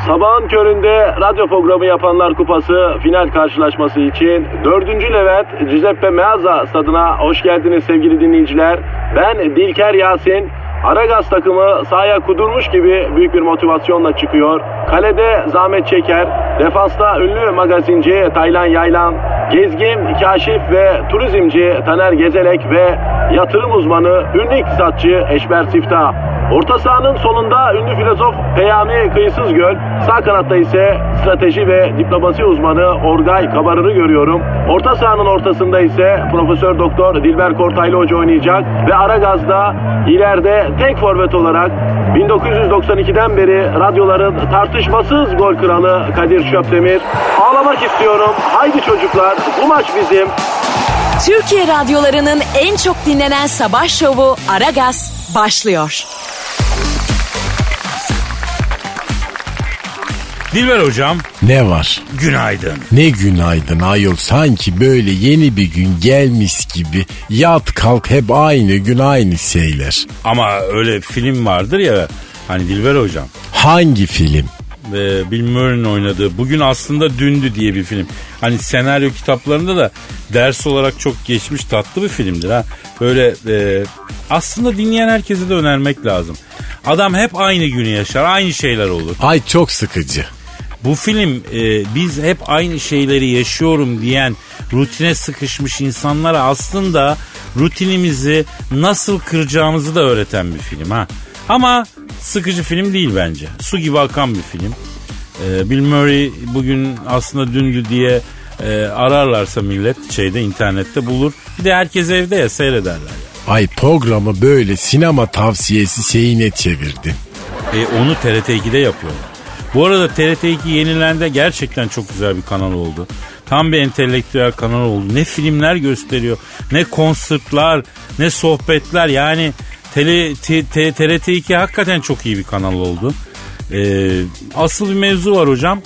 Sabahın köründe radyo programı yapanlar kupası final karşılaşması için 4. Levent Giuseppe Meazza stadına hoş geldiniz sevgili dinleyiciler. Ben Dilker Yasin. Aragaz takımı sahaya kudurmuş gibi büyük bir motivasyonla çıkıyor. Kalede Zahmet Çeker, defansta ünlü magazinci Taylan Yaylan, gezgin, kaşif ve turizmci Taner Gezelek ve yatırım uzmanı, ünlü iktisatçı Eşber Siftah. Orta sahanın solunda ünlü filozof Peyami Kıyısızgöl, sağ kanatta ise strateji ve diplomasi uzmanı Orgay Kabarır'ı görüyorum. Orta sahanın ortasında ise Profesör Doktor Dilber Kortaylı Hoca oynayacak ve Aragaz'da ileride tek forvet olarak 1992'den beri radyoların tartışmasız gol kralı Kadir Şöpdemir. Ağlamak istiyorum. Haydi çocuklar, bu maç bizim. Türkiye radyolarının en çok dinlenen sabah şovu Aragaz başlıyor. Dilber hocam. Ne var? Günaydın. Ne günaydın ayol, sanki böyle yeni bir gün gelmiş gibi yat kalk hep aynı gün aynı şeyler. Ama öyle film vardır ya hani Dilber hocam. Hangi film? Bill Murray'nin oynadığı Bugün Aslında Dündü diye bir film. Hani senaryo kitaplarında da ders olarak çok geçmiş tatlı bir filmdir ha. Böyle aslında dinleyen herkese de önermek lazım. Adam hep aynı günü yaşar, aynı şeyler olur. Ay çok sıkıcı. Bu film biz hep aynı şeyleri yaşıyorum diyen rutine sıkışmış insanlara aslında rutinimizi nasıl kıracağımızı da öğreten bir film ha. Ama sıkıcı film değil bence. Su gibi akan bir film. Bill Murray Bugün Aslında Dündü diye ararlarsa millet internette bulur. Bir de herkes evde ya seyrederler. Yani. Ay programı böyle sinema tavsiyesi şeyine çevirdi. Onu TRT 2'de yapıyorlar. Bu arada TRT 2 yenilendi, gerçekten çok güzel bir kanal oldu. Tam bir entelektüel kanal oldu. Ne filmler gösteriyor, ne konsertler, ne sohbetler. Yani TRT 2 hakikaten çok iyi bir kanal oldu. Asıl bir mevzu var hocam.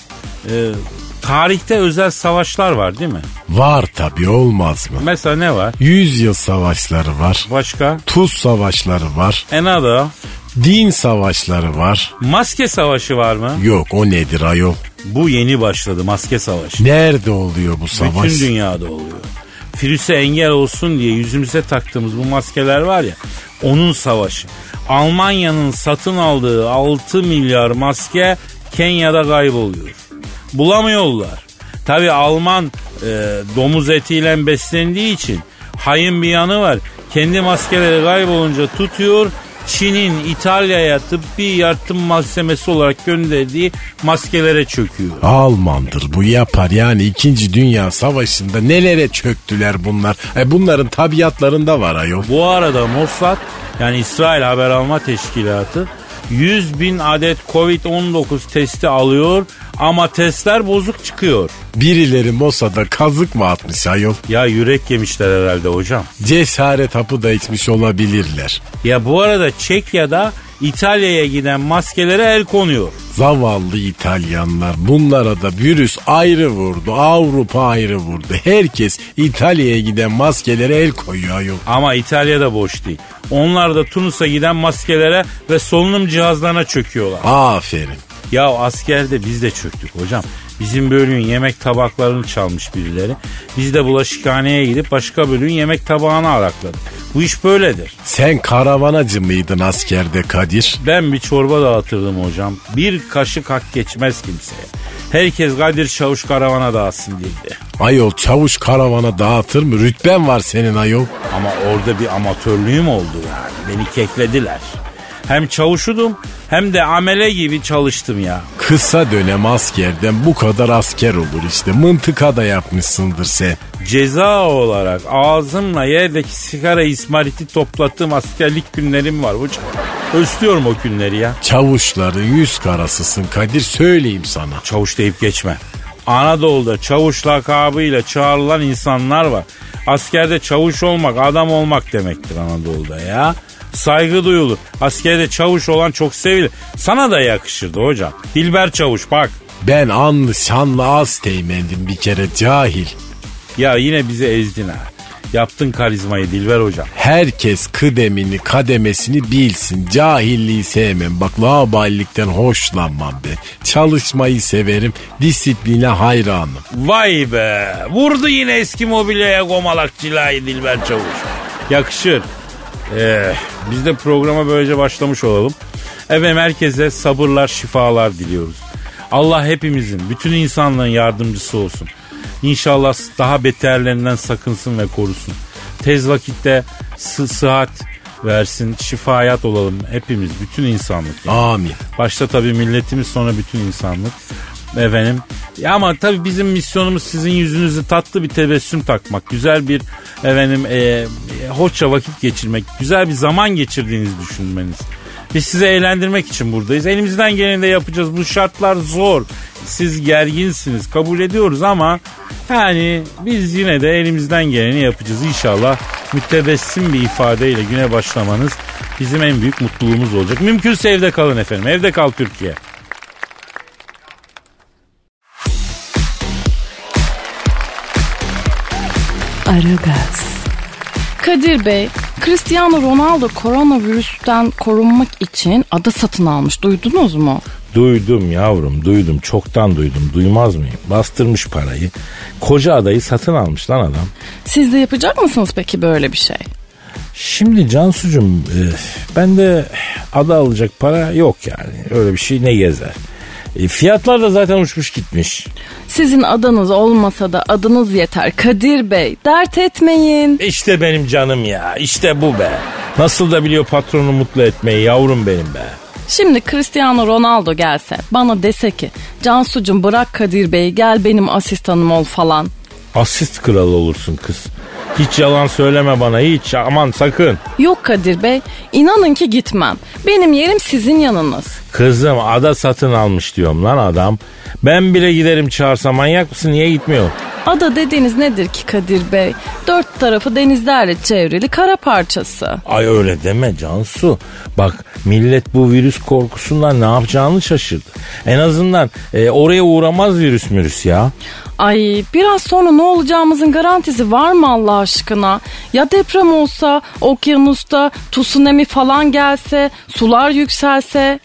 Tarihte özel savaşlar var değil mi? Var tabii, olmaz mı? Mesela ne var? 100 yıl savaşları var. Başka? Tuz savaşları var. Another. Din savaşları var. Maske savaşı var mı? Yok, o nedir ayol? Bu yeni başladı, maske savaşı. Nerede oluyor bu savaş? Bütün dünyada oluyor. Virüse engel olsun diye yüzümüze taktığımız bu maskeler var ya, onun savaşı. Almanya'nın satın aldığı 6 milyar maske Kenya'da kayboluyor. Bulamıyorlar. Tabii Alman domuz etiyle beslendiği için hayın bir yanı var. Kendi maskeleri kaybolunca tutuyor, Çin'in İtalya'ya tıbbi yardım malzemesi olarak gönderdiği maskelere çöküyor. Almandır bu, yapar. Yani 2. Dünya Savaşı'nda nelere çöktüler bunlar. Bunların tabiatlarında var ayol. Bu arada Mossad, yani İsrail Haber Alma Teşkilatı 100.000 adet Covid-19 testi alıyor ama testler bozuk çıkıyor. Birileri Mossad'a kazık mı atmış ayol? Ya yürek yemişler herhalde hocam. Cesaret hapı da içmiş olabilirler. Ya bu arada Çekya'da İtalya'ya giden maskelere el konuyor. Zavallı İtalyanlar, bunlara da virüs ayrı vurdu, Avrupa ayrı vurdu. Herkes İtalya'ya giden maskelere el koyuyor ayol. Ama İtalya'da boş değil. Onlar da Tunus'a giden maskelere ve solunum cihazlarına çöküyorlar. Aferin. Ya askerde biz de çöktük hocam. Bizim bölüğün yemek tabaklarını çalmış birileri. Biz de bulaşıkhaneye gidip başka bölüğün yemek tabağını arakladık. Bu iş böyledir. Sen karavanacı mıydın askerde Kadir? Ben bir çorba dağıtırdım hocam. Bir kaşık hak geçmez kimseye. Herkes Kadir Çavuş karavana dağıtsın dedi. Ayol, çavuş karavana dağıtır mı? Rütben var senin ayol. Ama orada bir amatörlüğüm oldu yani. Beni keklediler. Hem çavuşudum hem de amele gibi çalıştım ya. Kısa dönem askerden bu kadar asker olur işte. Mıntıkada yapmışsındır sen. Ceza olarak ağzımla yerdeki sigara ismariti toplattığım askerlik günlerim var hocam. Özlüyorum o günleri ya. Çavuşların yüz karasısın Kadir, söyleyeyim sana. Çavuş deyip geçme. Anadolu'da çavuş lakabıyla çağrılan insanlar var. Askerde çavuş olmak adam olmak demektir Anadolu'da ya. Saygı duyulur. Askerde çavuş olan çok sevilir. Sana da yakışırdı hocam. Dilber Çavuş bak. Ben anlı şanlı az teğmendim bir kere, cahil. Ya yine bizi ezdin ha. Yaptın karizmayı Dilber hocam. Herkes kıdemini kademesini bilsin. Cahilliği sevmem. Bak laubalilikten hoşlanmam be. Çalışmayı severim. Disipline hayranım. Vay be. Vurdu yine eski mobilyaya gomalak cilayı Dilber Çavuş. Yakışır. Biz de programa böylece başlamış olalım. Efendim herkese sabırlar, şifalar diliyoruz. Allah hepimizin, bütün insanlığın yardımcısı olsun. İnşallah daha beterlerinden sakınsın ve korusun. Tez vakitte sıhhat versin, şifayat olalım hepimiz, bütün insanlık. Yani. Amin. Başta tabii milletimiz, sonra bütün insanlık. Efendim. Ya ama tabii bizim misyonumuz sizin yüzünüzü tatlı bir tebessüm takmak. Güzel bir hoşça vakit geçirmek. Güzel bir zaman geçirdiğinizi düşünmeniz. Biz sizi eğlendirmek için buradayız. Elimizden geleni de yapacağız. Bu şartlar zor. Siz gerginsiniz. Kabul ediyoruz ama yani biz yine de elimizden geleni yapacağız. İnşallah mütebessim bir ifadeyle güne başlamanız bizim en büyük mutluluğumuz olacak. Mümkünse evde kalın efendim. Evde kal Türkiye. Aragaz. Kadir Bey, Cristiano Ronaldo koronavirüsten korunmak için ada satın almış. Duydunuz mu? Duydum yavrum, duydum. Çoktan duydum. Duymaz mıyım? Bastırmış parayı. Koca adayı satın almış lan adam. Siz de yapacak mısınız peki böyle bir şey? Şimdi Cansucuğum, bende ada alacak para yok yani. Öyle bir şey ne gezer. Fiyatlar da zaten uçmuş gitmiş. Sizin adanız olmasa da adınız yeter Kadir Bey. Dert etmeyin. İşte benim canım ya. İşte bu be. Nasıl da biliyor patronu mutlu etmeyi yavrum benim be. Şimdi Cristiano Ronaldo gelse bana dese ki Cansucuğum bırak Kadir Bey gel benim asistanım ol falan. Asist kralı olursun kız. Hiç yalan söyleme bana hiç, aman sakın. Yok Kadir Bey, inanın ki gitmem. Benim yerim sizin yanınız. Kızım ada satın almış diyorum lan adam. Ben bile giderim çağırsa, manyak mısın, niye gitmiyor? Ada dediğiniz nedir ki Kadir Bey? 4 tarafı denizlerle çevrili kara parçası. Ay öyle deme Cansu. Bak millet bu virüs korkusundan ne yapacağını şaşırdı. En azından oraya uğramaz virüs ya. Ay biraz sonra ne olacağımızın garantisi var mı Allah aşkına? Ya deprem olsa, okyanusta tsunami falan gelse, sular yükselse?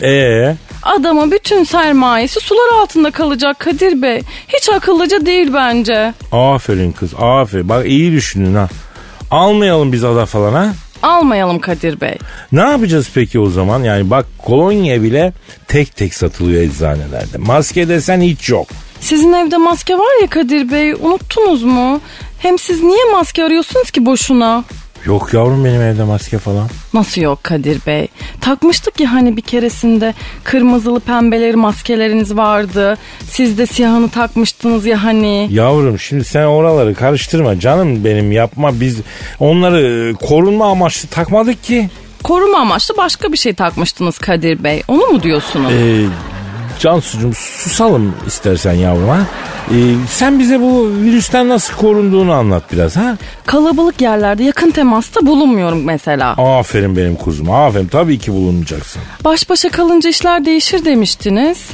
Adamın bütün sermayesi sular altında kalacak Kadir Bey. Hiç akıllıca değil bence. Aferin kız, aferin. Bak iyi düşündün ha. Almayalım biz ada falan ha. Almayalım Kadir Bey. Ne yapacağız peki o zaman? Yani bak kolonya bile tek tek satılıyor eczanelerde. Maske desen hiç yok. Sizin evde maske var ya Kadir Bey, unuttunuz mu? Hem siz niye maske arıyorsunuz ki boşuna? Yok yavrum benim evde maske falan. Nasıl yok Kadir Bey? Takmıştık ya hani bir keresinde kırmızılı pembeleri maskeleriniz vardı. Siz de siyahını takmıştınız ya hani. Yavrum şimdi sen oraları karıştırma canım benim, yapma, biz onları korunma amaçlı takmadık ki. Koruma amaçlı başka bir şey takmıştınız Kadir Bey, onu mu diyorsunuz? Cansucuğum susalım istersen yavrum ha. Sen bize bu virüsten nasıl korunduğunu anlat biraz ha. Kalabalık yerlerde yakın temasta bulunmuyorum mesela. Aferin benim kuzum, aferin, tabii ki bulunmayacaksın. Baş başa kalınca işler değişir demiştiniz.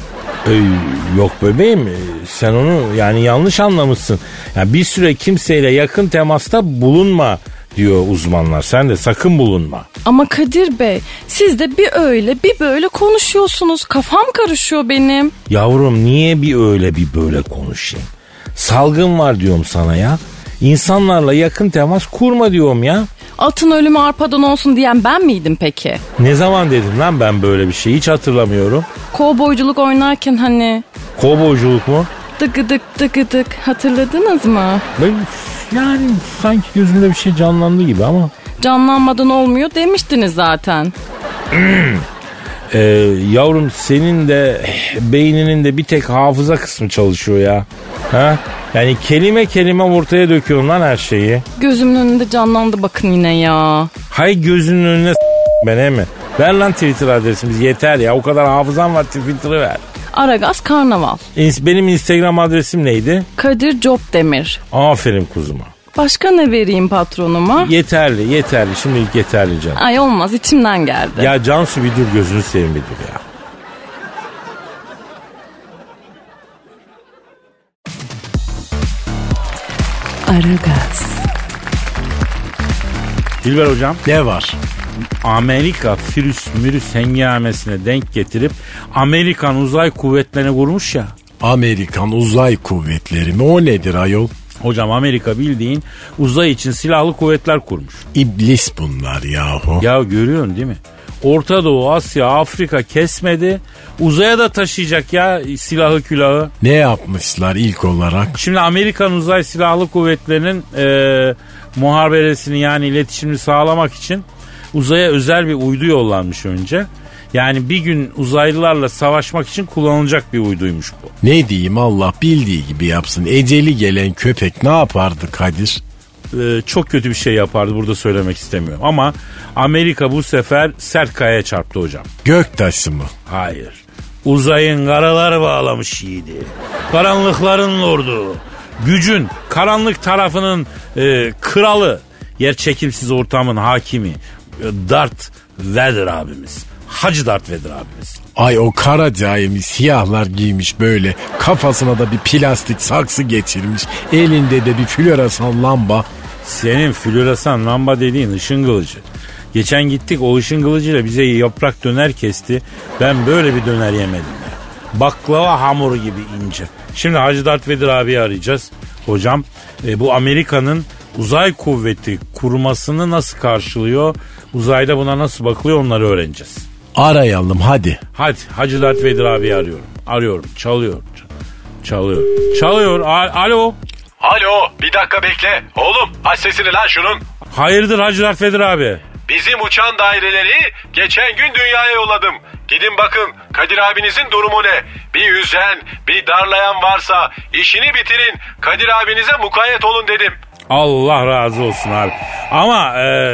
Yok bebeğim, sen onu yani yanlış anlamışsın. Yani bir süre kimseyle yakın temasta bulunma diyor uzmanlar. Sen de sakın bulunma. Ama Kadir Bey siz de bir öyle bir böyle konuşuyorsunuz. Kafam karışıyor benim. Yavrum niye bir öyle bir böyle konuşayım? Salgın var diyorum sana ya. İnsanlarla yakın temas kurma diyorum ya. Atın ölümü arpadan olsun diyen ben miydim peki? Ne zaman dedim lan ben böyle bir şey, hiç hatırlamıyorum. Kovboyculuk oynarken hani. Kovboyculuk mu? Dıgıdık dıgıdık hatırladınız mı? Yani sanki gözümde bir şey canlandı gibi ama. Canlanmadan olmuyor demiştiniz zaten. Yavrum senin de beyninin de bir tek hafıza kısmı çalışıyor ya. Ha? Yani kelime kelime ortaya döküyorum lan her şeyi. Gözümün önünde canlandı bakın yine ya. Hay gözünün önüne ben he mi? Ver lan Twitter adresimiz yeter ya, o kadar hafızam var, Twitter'ı ver. Aragaz Karnaval. Benim Instagram adresim neydi? Kadir Copdemir. Aferin kuzuma. Başka ne vereyim patronuma? Yeterli şimdilik yeterli canım. Ay olmaz, içimden geldi. Ya Cansu bir dur, gözünü seveyim bir dur ya. Aragaz. Dilber hocam. Ne var? Amerika virüs hengamesine denk getirip Amerikan uzay kuvvetlerini kurmuş ya. Amerikan uzay kuvvetleri mi? O nedir ayol? Hocam Amerika bildiğin uzay için silahlı kuvvetler kurmuş. İblis bunlar yahu. Ya görüyorsun değil mi? Orta Doğu, Asya, Afrika kesmedi. Uzaya da taşıyacak ya silahı külahı. Ne yapmışlar ilk olarak? Şimdi Amerikan Uzay Silahlı Kuvvetleri'nin muhaberesini yani iletişimini sağlamak için uzaya özel bir uydu yollanmış önce. Yani bir gün uzaylılarla savaşmak için kullanılacak bir uyduymuş bu. Ne diyeyim, Allah bildiği gibi yapsın. Eceli gelen köpek ne yapardı Kadir? Çok kötü bir şey yapardı, burada söylemek istemiyorum. Ama Amerika bu sefer sert kayaya çarptı hocam. Göktaşı mı? Hayır. Uzayın karaları bağlamış yiğidi. Karanlıkların lordu. Gücün karanlık tarafının kralı. Yerçekimsiz ortamın hakimi. Darth Vader abimiz. Hacı Darth Vader abimiz. Ay o kara caimi siyahlar giymiş böyle. Kafasına da bir plastik saksı geçirmiş. Elinde de bir floresan lamba. Senin floresan lamba dediğin ışın kılıcı. Geçen gittik, o ışın kılıcıyla bize yaprak döner kesti. Ben böyle bir döner yemedim ya. Baklava hamuru gibi ince. Şimdi Hacı Darth Vader abiyi arayacağız. Hocam bu Amerika'nın uzay kuvveti kurmasını nasıl karşılıyor? Uzayda buna nasıl bakılıyor, onları öğreneceğiz. Arayalım hadi. Hadi Hacı Darth Vader abi arıyorum. Arıyorum. Çalıyor. Alo. Alo, bir dakika bekle. Oğlum aç sesini lan şunun. Hayırdır Hacı Darth Vader abi? Bizim uçan daireleri geçen gün dünyaya yolladım. Gidin bakın Kadir abinizin durumu ne? Bir üzen, bir darlayan varsa işini bitirin. Kadir abinize mukayyet olun dedim. Allah razı olsun abi. Ama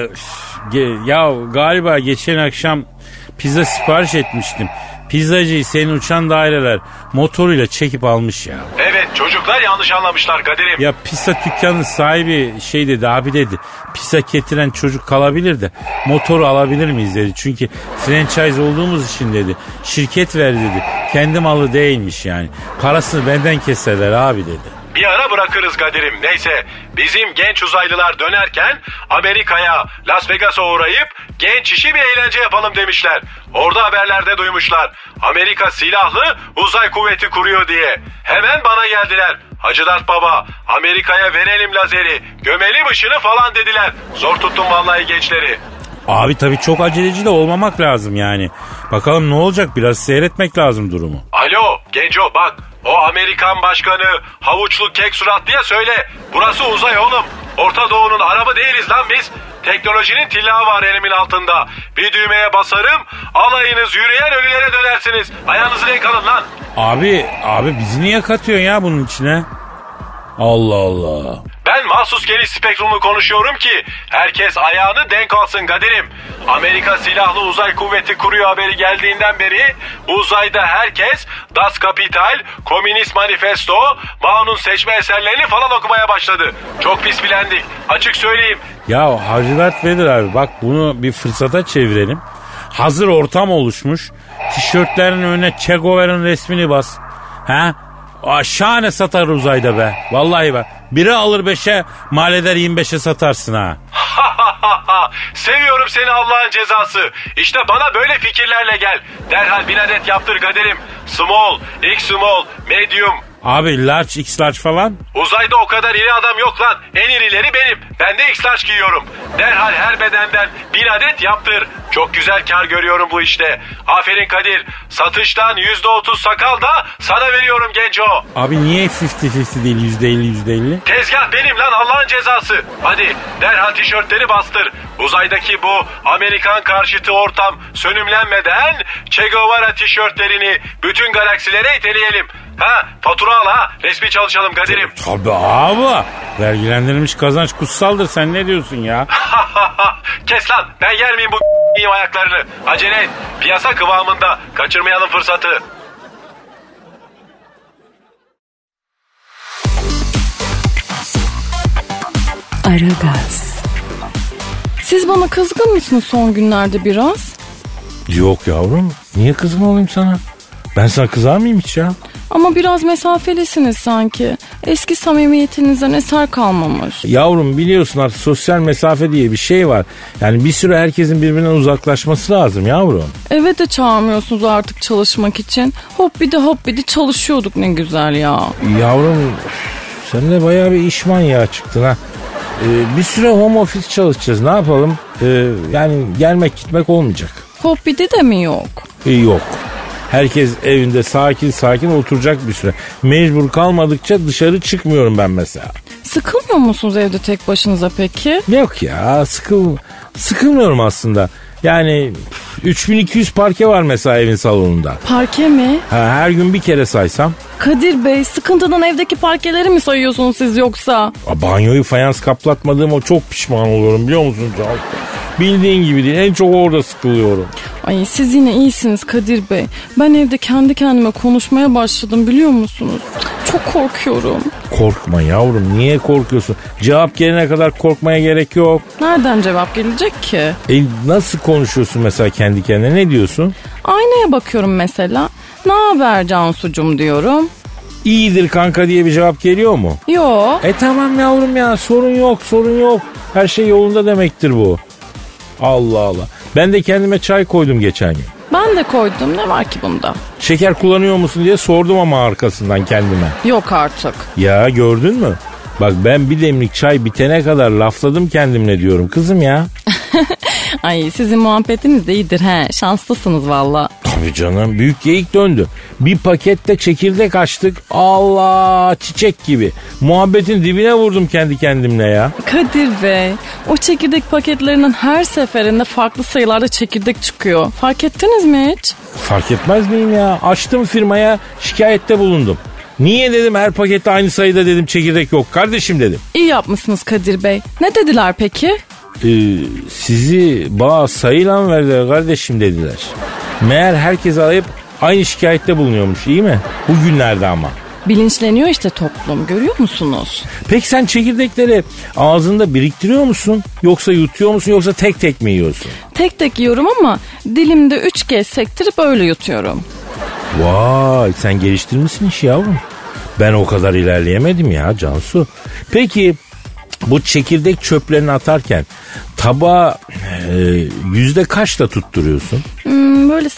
ya galiba geçen akşam pizza sipariş etmiştim. Pizzacıyı senin uçan daireler motoruyla çekip almış ya. Evet, çocuklar yanlış anlamışlar Kadir'im. Ya pizza dükkanının sahibi şey dedi, abi dedi. Pizza getiren çocuk kalabilir de motoru alabilir miyiz dedi. Çünkü franchise olduğumuz için dedi. Şirket ver dedi. Kendi malı değilmiş yani. Parasını benden keserler abi dedi. Bir ara bırakırız Kadir'im. Neyse, bizim genç uzaylılar dönerken Amerika'ya, Las Vegas'a uğrayıp genç işi bir eğlence yapalım demişler. Orada haberlerde duymuşlar. Amerika silahlı uzay kuvveti kuruyor diye. Hemen bana geldiler. Hacı Dert Baba, Amerika'ya verelim lazeri, gömelim ışını falan dediler. Zor tuttum vallahi gençleri. Abi tabii çok aceleci de olmamak lazım yani. Bakalım ne olacak, biraz seyretmek lazım durumu. Alo Genco bak, o Amerikan başkanı havuçlu kek surat diye söyle. Burası uzay oğlum. Orta Doğu'nun arabı değiliz lan biz. Teknolojinin tillahı var elimin altında. Bir düğmeye basarım, alayınız yürüyen ölülere dönersiniz. Ayağınızı denk alın lan. Abi bizi niye katıyorsun ya bunun içine? Allah Allah. Ben mahsus geniş spektrumlu konuşuyorum ki herkes ayağını denk alsın Kadir'im. Amerika silahlı uzay kuvveti kuruyor haberi geldiğinden beri uzayda herkes Das Kapital, Komünist Manifesto, Mao'nun seçme eserlerini falan okumaya başladı. Çok pis bilendik, açık söyleyeyim. Ya Hacı Dert Vedir abi, bak bunu bir fırsata çevirelim. Hazır ortam oluşmuş. Tişörtlerin önüne Che Guevara'nın resmini bas. Ha? Şahane satar uzayda be. Vallahi be. Biri alır 5'e, mal eder 25'e satarsın ha. Seviyorum seni Allah'ın cezası. İşte bana böyle fikirlerle gel. Derhal 1000 adet yaptır Kadir'im. Small, X small, medium. Abi large, X large falan? Uzayda o kadar iri adam yok lan. En irileri benim. Ben de X large giyiyorum. Derhal her bedenden 1000 adet yaptır. Çok güzel kar görüyorum bu işte. Aferin Kadir. Satıştan %30 sakal da sana veriyorum Genco. Abi niye 50-50 değil, %50-%50? Tezgah benim lan Allah'ın cezası. Hadi derhal tişörtleri bastır. Uzaydaki bu Amerikan karşıtı ortam sönümlenmeden Che Guevara tişörtlerini bütün galaksilere iteleyelim. Ha, fatura al ha. Resmi çalışalım Kadir'im. Tabii abi. Vergilendirilmiş kazanç kutsaldır. Sen ne diyorsun ya? Kes lan. Ben yer miyim bu ayaklarını? Acele et. Piyasa kıvamında. Kaçırmayalım fırsatı. Aragaz. Siz bana kızgın mısınız son günlerde biraz? Yok yavrum. Niye kızgın olayım sana? Ben sana kızar mıyım hiç ya? Ama biraz mesafelisiniz sanki. Eski samimiyetinizden eser kalmamış. Yavrum biliyorsun artık sosyal mesafe diye bir şey var. Yani bir süre herkesin birbirinden uzaklaşması lazım yavrum. Eve de çağırmıyorsunuz artık çalışmak için. Hoppidi çalışıyorduk ne güzel ya. Yavrum sen de bayağı bir iş manyağı çıktın ha. Bir süre home office çalışacağız, ne yapalım? Yani gelmek gitmek olmayacak. Hoppidi de mi yok? Yok. Herkes evinde sakin oturacak bir süre. Mecbur kalmadıkça dışarı çıkmıyorum ben mesela. Sıkılmıyor musunuz evde tek başınıza peki? Yok ya, sıkılmıyorum aslında. Yani 3200 parke var mesela evin salonunda. Parke mi? Her gün bir kere saysam. Kadir Bey, sıkıntıdan evdeki parkeleri mi sayıyorsunuz siz yoksa? Banyoyu fayans kaplatmadığım o çok pişman oluyorum biliyor musun Cansu? Bildiğin gibi değil, en çok orada sıkılıyorum. Ay siz yine iyisiniz Kadir Bey. Ben evde kendi kendime konuşmaya başladım biliyor musunuz? Çok korkuyorum. Korkma yavrum, niye korkuyorsun? Cevap gelene kadar korkmaya gerek yok. Nereden cevap gelecek ki? Nasıl konuşuyorsun mesela kendi kendine, ne diyorsun? Aynaya bakıyorum mesela. Ne haber Cansucum diyorum. İyidir kanka diye bir cevap geliyor mu? Yok. Tamam yavrum ya, sorun yok. Her şey yolunda demektir bu. Allah Allah. Ben de kendime çay koydum geçen gün. Ben de koydum, ne var ki bunda? Şeker kullanıyor musun diye sordum ama arkasından kendime. Yok artık. Ya gördün mü? Bak ben bir demlik çay bitene kadar lafladım kendimle diyorum kızım ya. Ay sizin muhabbetiniz de iyidir he. Şanslısınız valla. Tabii canım, büyük geyik döndü. Bir pakette çekirdek açtık. Allah, çiçek gibi. Muhabbetin dibine vurdum kendi kendimle ya. Kadir Bey, o çekirdek paketlerinin her seferinde farklı sayılarda çekirdek çıkıyor. Fark ettiniz mi hiç? Fark etmez miyim ya? Açtım firmaya, şikayette bulundum. Niye dedim, her pakette aynı sayıda dedim çekirdek yok kardeşim dedim. İyi yapmışsınız Kadir Bey. Ne dediler peki? Sizi bağ sayıyla mı verdiler kardeşim dediler. Meğer herkes arayıp aynı şikayette bulunuyormuş, iyi mi? Bu günlerde ama. Bilinçleniyor işte toplum, görüyor musunuz? Peki sen çekirdekleri ağzında biriktiriyor musun? Yoksa yutuyor musun, yoksa tek tek mi yiyorsun? Tek tek yiyorum ama dilimde 3 kez sektirip öyle yutuyorum. Vay, sen geliştirmişsin işi yavrum. Ben o kadar ilerleyemedim ya Cansu. Peki bu çekirdek çöplerini atarken tabağa yüzde kaçta tutturuyorsun? Böyle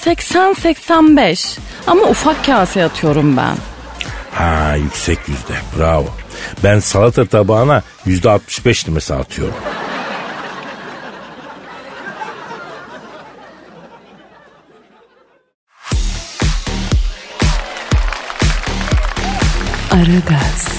80-85 ama ufak kase atıyorum ben. Ha, yüksek yüzde, bravo. Ben salata tabağına %65'li mesela atıyorum. Aragaz.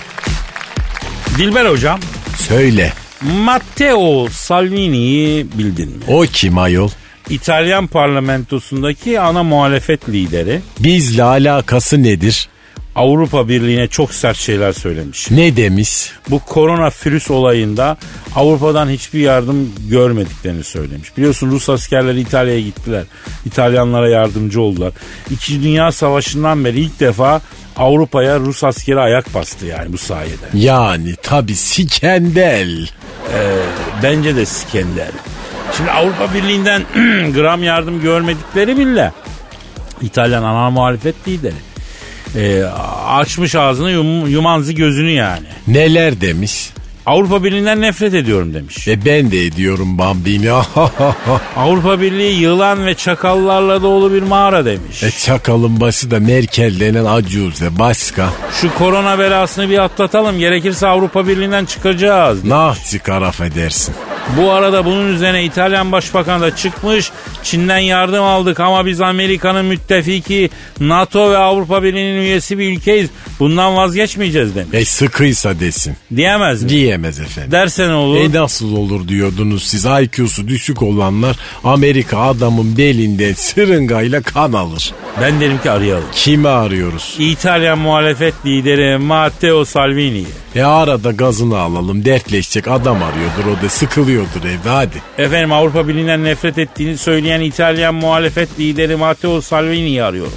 Dilber hocam, Söyle. Matteo Salvini'yi bildin mi? O kim ayol? İtalyan parlamentosundaki ana muhalefet lideri. Bizle alakası nedir? Avrupa Birliği'ne çok sert şeyler söylemiş. Ne demiş? Bu koronavirüs olayında Avrupa'dan hiçbir yardım görmediklerini söylemiş. Biliyorsun Rus askerleri İtalya'ya gittiler. İtalyanlara yardımcı oldular. İkinci Dünya Savaşı'ndan beri ilk defa Avrupa'ya Rus askeri ayak bastı yani bu sayede. Yani tabi skandal. Bence de skandal. Şimdi Avrupa Birliği'nden gram yardım görmedikleri bile İtalyan ana muhalefet lideri. Açmış ağzını yumanzı gözünü yani. Neler demiş? Avrupa Birliği'nden nefret ediyorum demiş. Ben de ediyorum Bambini. Avrupa Birliği yılan ve çakallarla dolu bir mağara demiş. Çakalın başı da Merkel denen acuze, başka. Şu korona belasını bir atlatalım, gerekirse Avrupa Birliği'nden çıkacağız. Nah çıkar affedersin. Bu arada bunun üzerine İtalyan Başbakanı da çıkmış. Çin'den yardım aldık ama biz Amerika'nın müttefiki, NATO ve Avrupa Birliği'nin üyesi bir ülkeyiz. Bundan vazgeçmeyeceğiz demiş. Sıkıysa desin. Diyemez mi? Diyemez efendim. Derse ne olur? Nasıl olur diyordunuz siz? IQ'su düşük olanlar Amerika adamın belinden sırıngayla kan alır. Ben derim ki arayalım. Kimi arıyoruz? İtalyan muhalefet lideri Matteo Salvini'yi. Arada gazını alalım, dertleşecek adam arıyordur, o da sıkılıyordur evde, hadi. Efendim, Avrupa Birliği'nden nefret ettiğini söyleyen İtalyan muhalefet lideri Matteo Salvini'yi arıyorum.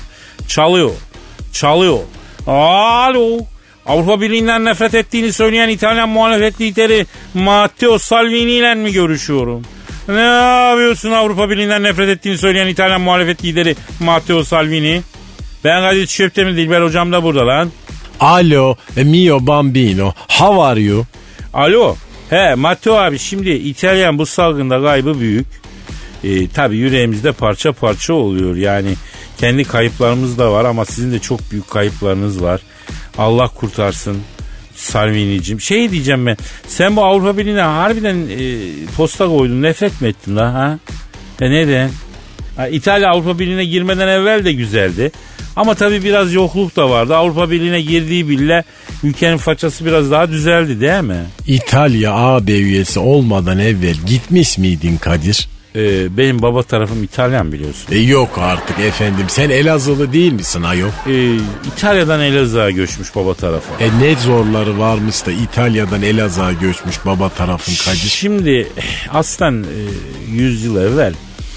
Çalıyor. Alo. Avrupa Birliği'nden nefret ettiğini söyleyen İtalyan muhalefet lideri Matteo Salvini ile mi görüşüyorum? Ne yapıyorsun Avrupa Birliği'nden nefret ettiğini söyleyen İtalyan muhalefet lideri Matteo Salvini? Ben Kadir Çöptemir, Dilber hocam da burada lan. Alo, mio bambino, how are you? Alo. He Matteo abi, şimdi İtalyan bu salgında kaybı büyük. Tabii yüreğimizde parça parça oluyor. Yani kendi kayıplarımız da var ama sizin de çok büyük kayıplarınız var. Allah kurtarsın Salvini'cim. Şey diyeceğim ben. Sen bu Avrupa Birliği'ne harbiden posta koydun. Nefret mi ettin la ha? Neden? İtalya Avrupa Birliği'ne girmeden evvel de güzeldi. Ama tabii biraz yokluk da vardı. Avrupa Birliği'ne girdiği bile ülkenin façası biraz daha düzeldi değil mi? İtalya AB üyesi olmadan evvel gitmiş miydin Kadir? Benim baba tarafım İtalyan biliyorsun. Yok artık efendim. Sen Elazığlı değil misin ayol? İtalya'dan Elazığ'a göçmüş baba tarafı. Ne zorları varmış da İtalya'dan Elazığ'a göçmüş baba tarafın Kadir? Şimdi aslen 100 yıl evvel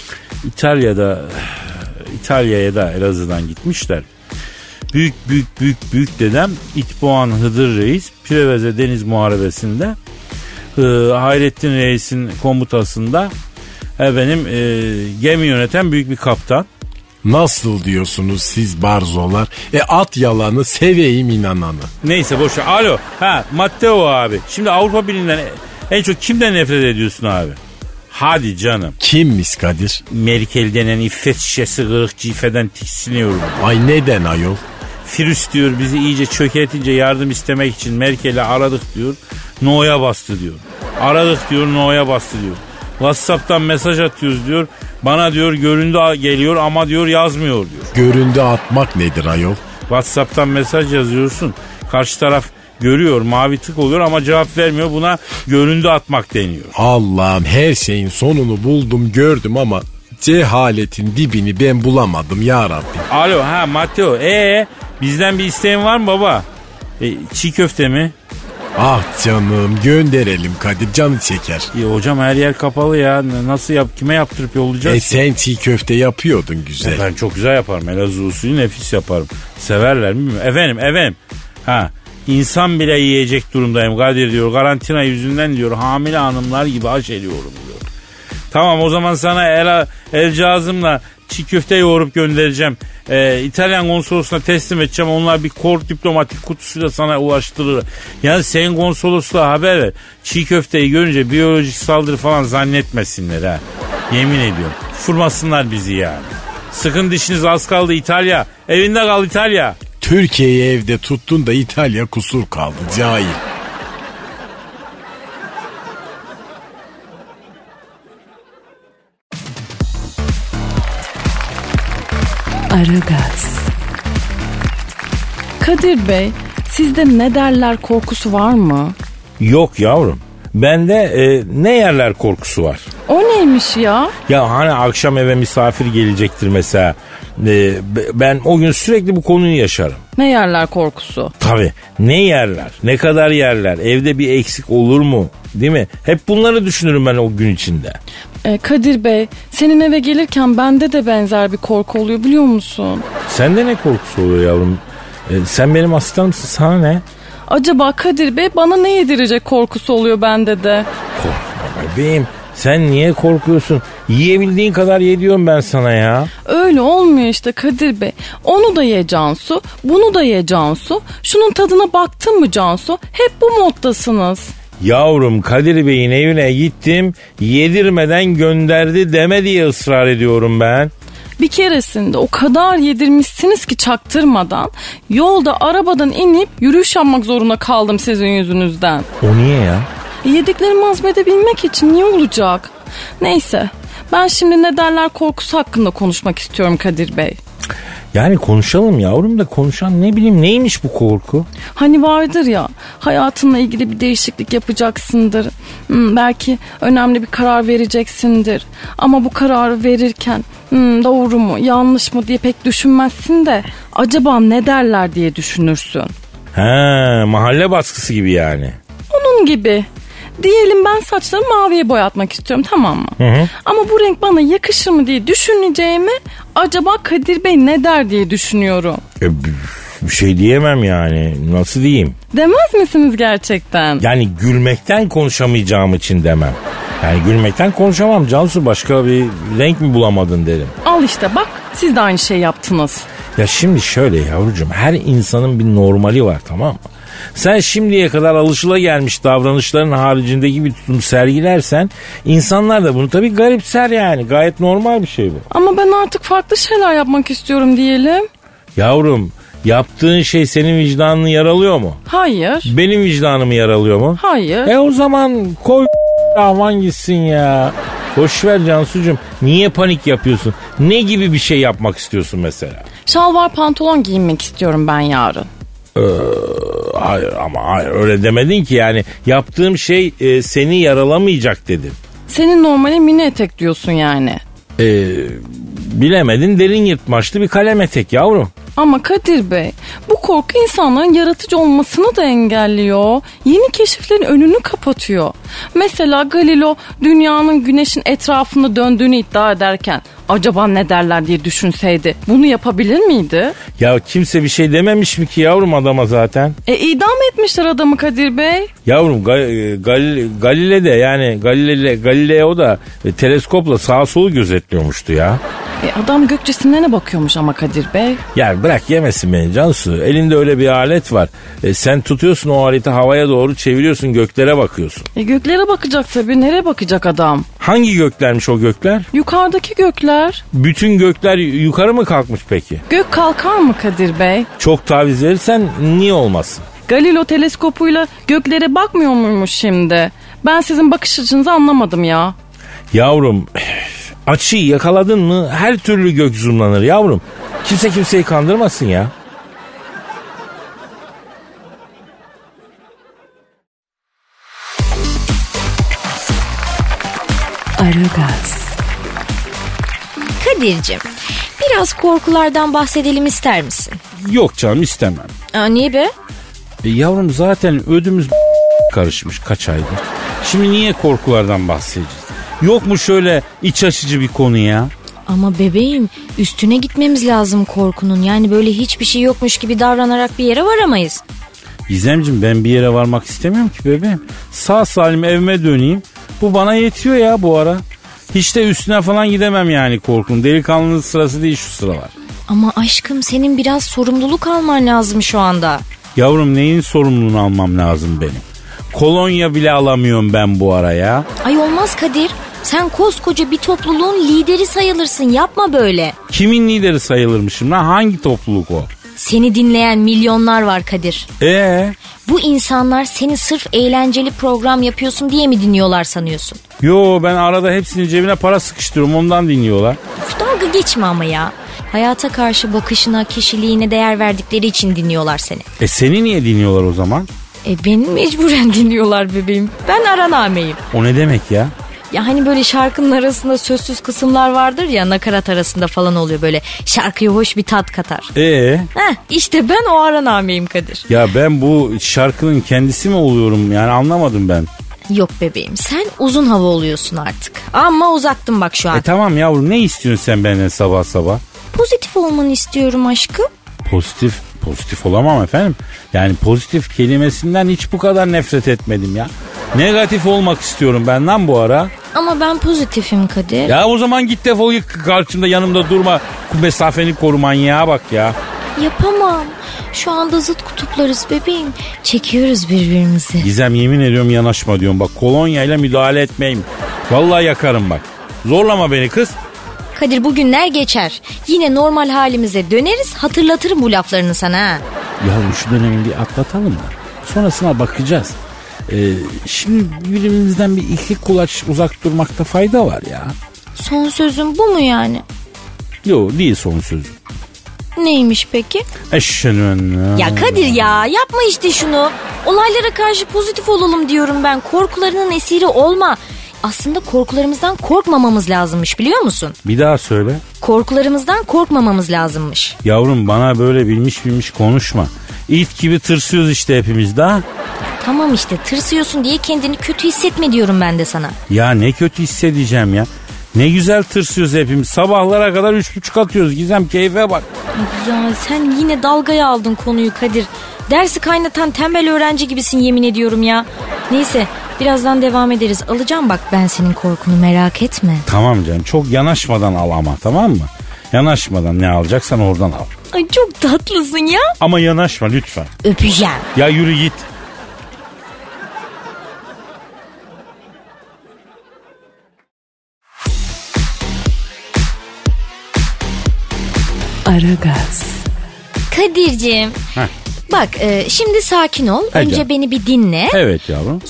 İtalya'ya da Elazığ'dan gitmişler. Büyük dedem İtboğan Hıdır Reis Preveze Deniz Muharebesi'nde Hayrettin Reis'in komutasında gemi yöneten büyük bir kaptan. Nasıl diyorsunuz siz barzolar? At yalanı seveyim inananı. Neyse boşver. Alo. Matteo abi. Şimdi Avrupa Birliği'nden en çok kimden nefret ediyorsun abi? Hadi canım. Kimmiş Kadir? Merkel denen iffet şişesi kırık cifeden tiksiniyorum. Ay neden ayol? Firüs diyor bizi iyice çökertince yardım istemek için Merkel'i aradık diyor. No'ya bastı diyor. Aradık diyor, No'ya bastı diyor. WhatsApp'tan mesaj atıyoruz diyor. Bana diyor görüntü geliyor ama diyor yazmıyor diyor. Görüntü atmak nedir ayol? WhatsApp'tan mesaj yazıyorsun. Karşı taraf görüyor, mavi tık oluyor ama cevap vermiyor. Buna görüntü atmak deniyor. Allah'ım, her şeyin sonunu buldum gördüm ama cehaletin dibini ben bulamadım ya Rabbi. Alo Matteo, bizden bir isteğin var mı baba? Çiğ köfte mi? Ah canım, gönderelim Kadir, canı çeker. Hocam her yer kapalı ya. Nasıl kime yaptırıp yollayacağız? Sen çiğ köfte yapıyordun güzel. Ben çok güzel yaparım. Elazığ usulü nefis yaparım. Severler mi bilmiyorum. Efendim. İnsan bile yiyecek durumdayım Kadir diyor. Karantina yüzünden diyor. Hamile hanımlar gibi aç ediyorum diyor. Tamam, o zaman sana el cihazımla çiğ köfte yoğurup göndereceğim. İtalyan konsolosluğuna teslim edeceğim. Onlar bir kort diplomatik kutusuyla sana ulaştırır. Yani senin konsolosluğa haber ver. Çiğ köfteyi görünce biyolojik saldırı falan zannetmesinler ha. Yemin ediyorum. Fırmasınlar bizi yani. Sıkın dişiniz, az kaldı İtalya. Evinde kal İtalya. Türkiye'yi evde tuttun da İtalya kusur kaldı cahil. Aragaz. Kadir Bey, sizde ne derler korkusu var mı? Yok yavrum. Bende ne yerler korkusu var. O neymiş ya? Ya hani akşam eve misafir gelecektir mesela. Ben o gün sürekli bu konuyu yaşarım. Ne yerler korkusu? Tabii. Ne yerler? Ne kadar yerler? Evde bir eksik olur mu? Değil mi? Hep bunları düşünürüm ben o gün içinde. Kadir Bey, senin eve gelirken bende de benzer bir korku oluyor biliyor musun? Sende ne korkusu oluyor yavrum? Sen benim asistanımsın, sana ne? Acaba Kadir Bey bana ne yedirecek korkusu oluyor bende de. Korkma bebeğim. Sen niye korkuyorsun? Yiyebildiğin kadar yediyorum ben sana ya. Öyle olmuyor işte Kadir Bey. Onu da ye Cansu, bunu da ye Cansu. Şunun tadına baktın mı Cansu? Hep bu moddasınız. Yavrum, Kadir Bey'in evine gittim, yedirmeden gönderdi deme diye ısrar ediyorum ben. Bir keresinde o kadar yedirmişsiniz ki çaktırmadan yolda arabadan inip yürüyüş yapmak zorunda kaldım sizin yüzünüzden. O niye ya? Yediklerimi hazmedebilmek için niye olacak? Neyse, ben şimdi ne derler korkusu hakkında konuşmak istiyorum Kadir Bey. Yani konuşalım yavrum da, konuşan ne bileyim neymiş bu korku? Hani vardır ya, hayatınla ilgili bir değişiklik yapacaksındır. Belki önemli bir karar vereceksindir. Ama bu kararı verirken doğru mu yanlış mı diye pek düşünmezsin de acaba ne derler diye düşünürsün. Mahalle baskısı gibi yani. Onun gibi. Diyelim ben saçlarımı maviye boyatmak istiyorum, tamam mı? Hı. Ama bu renk bana yakışır mı diye düşüneceğimi acaba Kadir Bey ne der diye düşünüyorum. Bir şey diyemem yani. Nasıl diyeyim? Demez misiniz gerçekten? Yani gülmekten konuşamayacağım için demem. Yani gülmekten konuşamam Cansu, başka bir renk mi bulamadın derim. Al işte bak, siz de aynı şey yaptınız. Ya şimdi şöyle yavrucuğum, her insanın bir normali var, tamam mı? Sen şimdiye kadar alışılagelmiş davranışların haricindeki bir tutum sergilersen insanlar da bunu tabii garipser yani. Gayet normal bir şey bu. Ama ben artık farklı şeyler yapmak istiyorum diyelim. Yavrum, yaptığın şey senin vicdanını yaralıyor mu? Hayır. Benim vicdanımı yaralıyor mu? Hayır. O zaman koy aman gitsin ya. Boşver Cansucuğum. Niye panik yapıyorsun? Ne gibi bir şey yapmak istiyorsun mesela? Şalvar pantolon giyinmek istiyorum ben yarın. Hayır öyle demedin ki, yani yaptığım şey seni yaralamayacak dedim. Senin normali mini etek diyorsun yani. Bilemedin, derin yırtmaçlı bir kalem etek yavrum. Ama Kadir Bey, bu korku insanların yaratıcı olmasını da engelliyor. Yeni keşiflerin önünü kapatıyor. Mesela Galileo dünyanın güneşin etrafında döndüğünü iddia ederken acaba ne derler diye düşünseydi bunu yapabilir miydi? Ya kimse bir şey dememiş mi ki yavrum adama zaten? İdam etmişler adamı Kadir Bey. Yavrum Galileo da teleskopla sağa solu gözetliyormuştu ya. Adam gök cisimlerine bakıyormuş ama Kadir Bey. Ya bırak yemesin beni Cansu. Elinde öyle bir alet var. Sen tutuyorsun o aleti, havaya doğru çeviriyorsun, göklere bakıyorsun. Göklere bakacak tabii. Nereye bakacak adam? Hangi göklermiş o gökler? Yukarıdaki gökler. Bütün gökler yukarı mı kalkmış peki? Gök kalkar mı Kadir Bey? Çok taviz verirsen niye olmasın? Galileo teleskopuyla göklere bakmıyor muymuş şimdi? Ben sizin bakış açınızı anlamadım ya. Yavrum, açıyı yakaladın mı her türlü gök zoomlanır yavrum. Kimse kimseyi kandırmasın ya. Aragaz. Kadir'cim, biraz korkulardan bahsedelim ister misin? Yok canım, istemem. Niye be? Yavrum zaten ödümüz karışmış kaç aydır. Şimdi niye korkulardan bahsedeceğiz? Yok mu şöyle iç açıcı bir konu ya? Ama bebeğim, üstüne gitmemiz lazım korkunun. Yani böyle hiçbir şey yokmuş gibi davranarak bir yere varamayız. Gizemciğim, ben bir yere varmak istemiyorum ki bebeğim. Sağ salim evime döneyim. Bu bana yetiyor ya bu ara. Hiç de üstüne falan gidemem yani korkunun. Delikanlının sırası değil şu sıralar. Ama aşkım, senin biraz sorumluluk alman lazım şu anda. Yavrum, neyin sorumluluğunu almam lazım benim? Kolonya bile alamıyorum ben bu ara ya. Ay olmaz Kadir. Sen koskoca bir topluluğun lideri sayılırsın. Yapma böyle. Kimin lideri sayılırmışım lan? Hangi topluluk o? Seni dinleyen milyonlar var Kadir. Bu insanlar seni sırf eğlenceli program yapıyorsun diye mi dinliyorlar sanıyorsun? Yo, ben arada hepsinin cebine para sıkıştırıyorum, ondan dinliyorlar. Dalga geçme ama ya. Hayata karşı bakışına, kişiliğine değer verdikleri için dinliyorlar seni. Seni niye dinliyorlar o zaman? Beni mecburen dinliyorlar bebeğim. Ben aranameyim. O ne demek ya? Ya hani böyle şarkının arasında sözsüz kısımlar vardır ya, nakarat arasında falan oluyor, böyle şarkıya hoş bir tat katar. İşte ben o aranameyim Kadir. Ya ben bu şarkının kendisi mi oluyorum yani, anlamadım ben. Yok bebeğim, sen uzun hava oluyorsun artık. Ama uzattım bak şu an. Tamam yavrum, ne istiyorsun sen benden sabah sabah? Pozitif olmanı istiyorum aşkım. Pozitif olamam efendim. Yani pozitif kelimesinden hiç bu kadar nefret etmedim ya. Negatif olmak istiyorum ben lan bu ara. Ama ben pozitifim Kadir. Ya o zaman git defol git karşımda, yanımda durma. Mesafeni koru, manyağa bak ya. Yapamam. Şu anda zıt kutuplarız bebeğim. Çekiyoruz birbirimizi. Gizem, yemin ediyorum yanaşma diyorum. Bak, kolonyayla müdahale etmeyeyim. Vallahi yakarım bak. Zorlama beni kız. Kadir, bugünler geçer. Yine normal halimize döneriz. Hatırlatırım bu laflarını sana ha. Yavrum, şu dönemi bir atlatalım da sonrasına bakacağız. Şimdi birbirimizden bir iki kulaç uzak durmakta fayda var ya. Son sözün bu mu yani? Yok, değil son sözüm. Neymiş peki? Ya Kadir ya, yapma işte şunu. Olaylara karşı pozitif olalım diyorum ben. Korkularının esiri olma. Aslında korkularımızdan korkmamamız lazımmış, biliyor musun? Bir daha söyle. Korkularımızdan korkmamamız lazımmış. Yavrum, bana böyle bilmiş konuşma. İt gibi tırsıyoruz işte hepimiz daha. Tamam işte, tırsıyorsun diye kendini kötü hissetme diyorum ben de sana. Ya ne kötü hissedeceğim ya. Ne güzel tırsıyoruz hepimiz. Sabahlara kadar 3,5 atıyoruz. Gizem, keyfe bak. Ya sen yine dalgaya aldın konuyu Kadir. Dersi kaynatan tembel öğrenci gibisin, yemin ediyorum ya. Neyse, birazdan devam ederiz. Alacağım bak ben senin korkunu, merak etme. Tamam canım, çok yanaşmadan al ama, tamam mı? Yanaşmadan ne alacaksan oradan al. Ay çok tatlısın ya. Ama yanaşma lütfen. Öpeceğim. Ya yürü git. Aragaz. Kadir'ciğim. Bak şimdi sakin ol. Hadi. Önce beni bir dinle. Evet yavrum.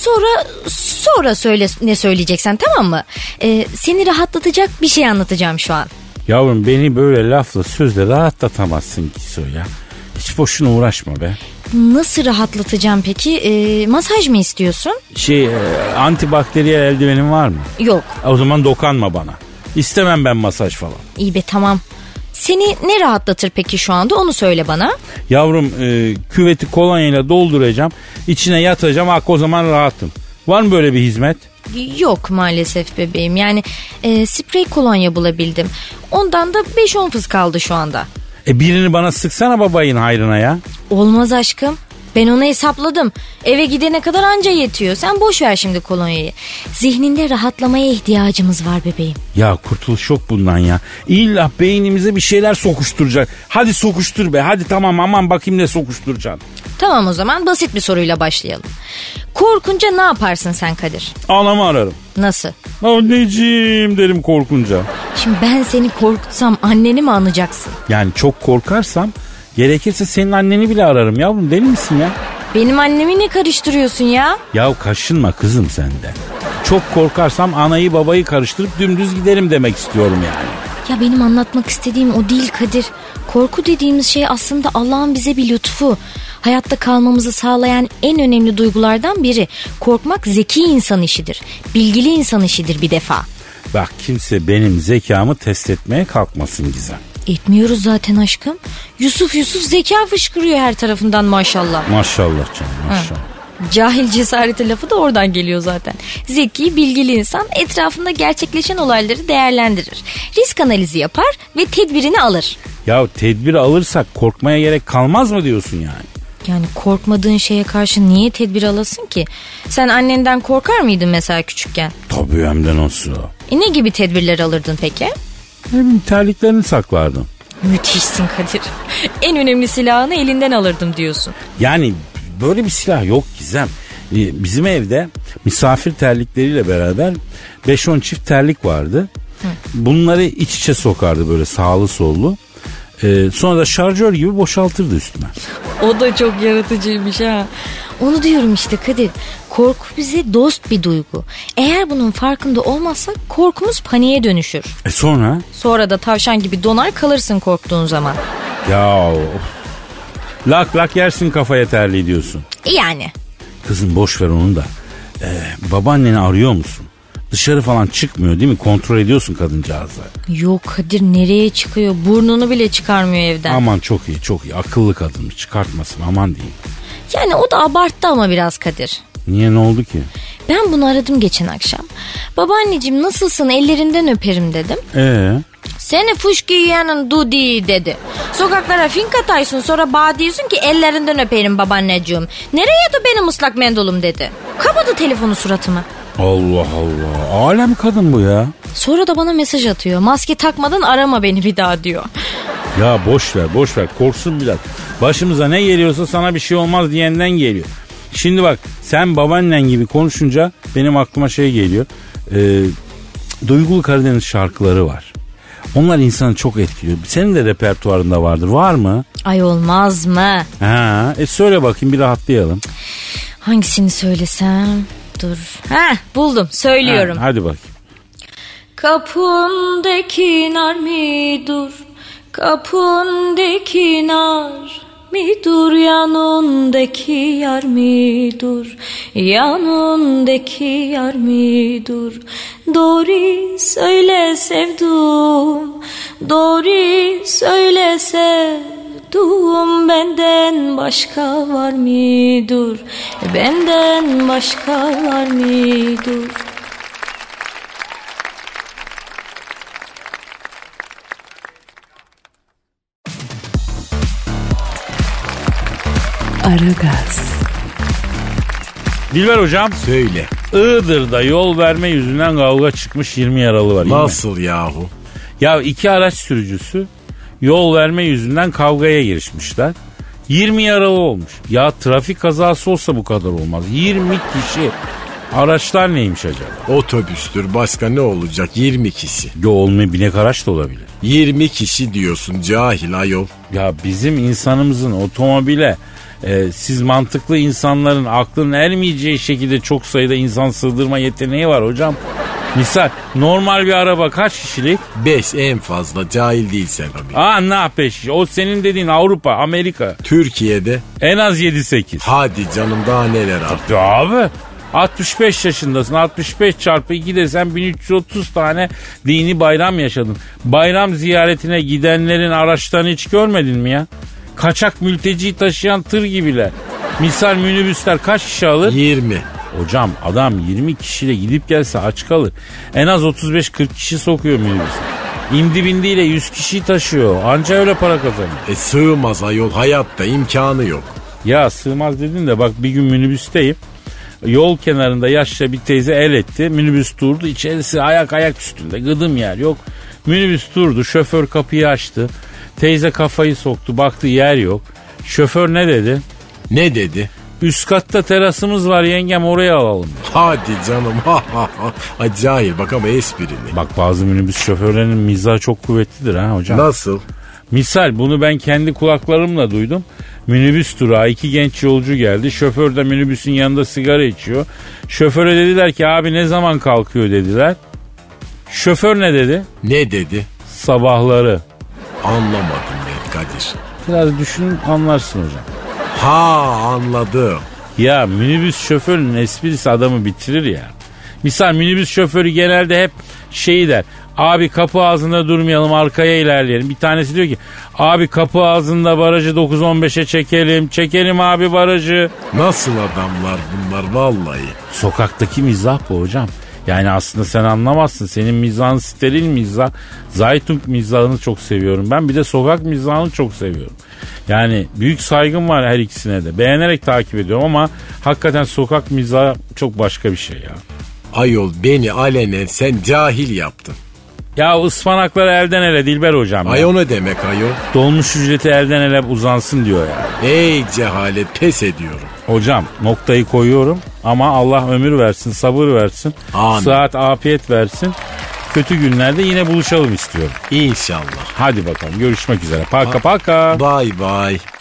Sonra söyle ne söyleyeceksen, tamam mı? Seni rahatlatacak bir şey anlatacağım şu an. Yavrum beni böyle lafla sözle rahatlatamazsın Gizo ya. Hiç boşuna uğraşma be. Nasıl rahatlatacağım peki? Masaj mı istiyorsun? Antibakteriyel eldivenin var mı? Yok. O zaman dokanma bana. İstemem ben masaj falan. İyi be, tamam. Seni ne rahatlatır peki şu anda, onu söyle bana. Yavrum küveti kolonyayla dolduracağım. İçine yatacağım, o zaman rahatım. Var mı böyle bir hizmet? Yok maalesef bebeğim. Yani sprey kolonya bulabildim. Ondan da 5-10 fıs kaldı şu anda. Birini bana sıksana babayın hayrına ya. Olmaz aşkım. Ben onu hesapladım. Eve gidene kadar anca yetiyor. Sen boş ver şimdi kolonyayı. Zihninde rahatlamaya ihtiyacımız var bebeğim. Ya kurtuluş yok bundan ya. İlla beynimize bir şeyler sokuşturacak. Hadi sokuştur be. Hadi tamam, aman bakayım ne sokuşturacaksın. Tamam, o zaman basit bir soruyla başlayalım. Korkunca ne yaparsın sen Kadir? Anamı ararım. Nasıl? Anneciğim derim korkunca. Şimdi ben seni korkutsam anneni mi anacaksın? Yani çok korkarsam gerekirse senin anneni bile ararım yavrum, deli misin ya? Benim annemi ne karıştırıyorsun ya? Ya kaşınma kızım senden. Çok korkarsam anayı babayı karıştırıp dümdüz giderim demek istiyorum yani. Ya benim anlatmak istediğim o değil Kadir. Korku dediğimiz şey aslında Allah'ın bize bir lütfu. Hayatta kalmamızı sağlayan en önemli duygulardan biri. Korkmak zeki insan işidir. Bilgili insan işidir bir defa. Bak kimse benim zekamı test etmeye kalkmasın Gizem. Etmiyoruz zaten aşkım. Yusuf zeka fışkırıyor her tarafından maşallah. Maşallah canım, maşallah. Cahil cesareti lafı da oradan geliyor zaten. Zeki, bilgili insan etrafında gerçekleşen olayları değerlendirir. Risk analizi yapar ve tedbirini alır. Ya tedbir alırsak korkmaya gerek kalmaz mı diyorsun yani? Yani korkmadığın şeye karşı niye tedbir alasın ki? Sen annenden korkar mıydın mesela küçükken? Tabii, hem de nasıl? Ne gibi tedbirler alırdın peki? Hem terliklerini saklardım. Müthişsin Kadir. En önemli silahını elinden alırdım diyorsun. Yani böyle bir silah yok Gizem. Bizim evde misafir terlikleriyle beraber 5-10 çift terlik vardı. Bunları iç içe sokardı böyle sağlı sollu. Sonra da şarjör gibi boşaltırdı üstüme. O da çok yaratıcıymış ha. Onu diyorum işte Kadir. Korku bize dost bir duygu. Eğer bunun farkında olmazsak korkumuz paniğe dönüşür. Sonra? Sonra da tavşan gibi donar kalırsın korktuğun zaman. Ya lak lak yersin kafaya terliği diyorsun. Yani. Kızım boş ver onu da. Babaanneni arıyor musun? Dışarı falan çıkmıyor değil mi? Kontrol ediyorsun kadıncağızı. Yok Kadir, nereye çıkıyor? Burnunu bile çıkarmıyor evden. Aman çok iyi çok iyi. Akıllı kadın, çıkartmasın aman diyeyim. Yani o da abarttı ama biraz Kadir. Niye, ne oldu ki? Ben bunu aradım geçen akşam. Babaanneciğim nasılsın, ellerinden öperim dedim. Seni fuşki yiyenin dudi dedi. Sokaklara fink ataysın, sonra bana diyorsun ki ellerinden öperim babaanneciğim. Nereye de benim ıslak mendulum dedi. Kapadı telefonu suratıma. Allah Allah. Alem kadın bu ya. Sonra da bana mesaj atıyor. Maske takmadan arama beni bir daha diyor. Ya boş ver korksun biraz. Başımıza ne geliyorsa sana bir şey olmaz diyenden geliyor. Şimdi bak sen babaannen gibi konuşunca benim aklıma şey geliyor. Duygulu Karadeniz şarkıları var. Onlar insanı çok etkiliyor. Senin de repertuarında vardır. Var mı? Ay olmaz mı? Söyle bakayım bir rahatlayalım. Hangisini söylesem? Dur. Buldum. Söylüyorum. Hadi bakayım. Kapındaki nar mi dur? Kapındaki nar mi dur? Yanındaki yar mi dur? Yanındaki yar mi dur? Doğru söyle sevdum, doğru söyle sevdum, benden başka var mı dur? Benden başka var mı dur? Aragaz. Dilber hocam. Söyle. Iğdır'da yol verme yüzünden kavga çıkmış, 20 yaralı var. Nasıl yahu? Ya iki araç sürücüsü Yol verme yüzünden kavgaya girişmişler. 20 yaralı olmuş. Ya trafik kazası olsa bu kadar olmaz. 20 kişi. Araçlar neymiş acaba? Otobüstür, başka ne olacak? 20 kişi. Yo, olmayı binek araç da olabilir. 20 kişi diyorsun cahil ayol. Ya bizim insanımızın otomobile siz mantıklı insanların aklının ermeyeceği şekilde çok sayıda insan sığdırma yeteneği var hocam. Misal normal bir araba kaç kişilik? 5 en fazla, cahil değilsen abi. Ne yapış? O senin dediğin Avrupa, Amerika. Türkiye'de? En az 7-8. Hadi canım, daha neler abi. Tabii abi. 65 yaşındasın. 65 çarpı 2 desen 1330 tane dini bayram yaşadın. Bayram ziyaretine gidenlerin araçlarını hiç görmedin mi ya? Kaçak mülteci taşıyan tır gibiler. Misal minibüsler kaç kişi alır? 20. Hocam adam 20 kişiyle gidip gelse aç kalır. En az 35-40 kişi sokuyor minibüse. İmdi bindiyle 100 kişiyi taşıyor. Anca öyle para kazanıyor. Sığmaz ayol, hayatta imkanı yok. Ya sığmaz dedin de bak bir gün minibüsteyim. Yol kenarında yaşlı bir teyze el etti. Minibüs durdu. İçerisi ayak üstünde. Gıdım yer yok. Minibüs durdu. Şoför kapıyı açtı. Teyze kafayı soktu. Baktı yer yok. Şoför ne dedi? Ne dedi? Üst katta terasımız var yengem, oraya alalım. Hadi canım. Acayip bak ama esprini. Bak bazı minibüs şoförlerinin mizahı çok kuvvetlidir ha hocam. Nasıl? Misal bunu ben kendi kulaklarımla duydum. Minibüs durağı 2 genç yolcu geldi. Şoför de minibüsün yanında sigara içiyor. Şoföre dediler ki abi ne zaman kalkıyor dediler. Şoför ne dedi? Ne dedi? Sabahları. Anlamadım ben Kadir. Biraz düşünün anlarsın hocam. Anladım. Ya minibüs şoförünün esprisi adamı bitirir ya. Misal minibüs şoförü genelde hep der. Abi kapı ağzında durmayalım, arkaya ilerleyelim. Bir tanesi diyor ki abi kapı ağzında barajı 9-15'e çekelim. Çekelim abi barajı. Nasıl adamlar bunlar vallahi. Sokaktaki mizah bu hocam. Yani aslında sen anlamazsın. Senin mizahın steril mizah. Zaytung mizahını çok seviyorum. Ben bir de sokak mizahını çok seviyorum. Yani büyük saygım var her ikisine de. Beğenerek takip ediyorum ama hakikaten sokak mizahı çok başka bir şey ya. Ayol beni alenen sen cahil yaptın. Ya ıspanakları elden ele Dilber hocam. Ay o ne demek ayol? Dolmuş ücreti elden ele uzansın diyor yani. Ey cehalet, pes ediyorum. Hocam noktayı koyuyorum ama Allah ömür versin, sabır versin. Amin. Sıhhat, afiyet versin. Kötü günlerde yine buluşalım istiyorum. İnşallah. Hadi bakalım görüşmek üzere. Paka paka. Bye bye.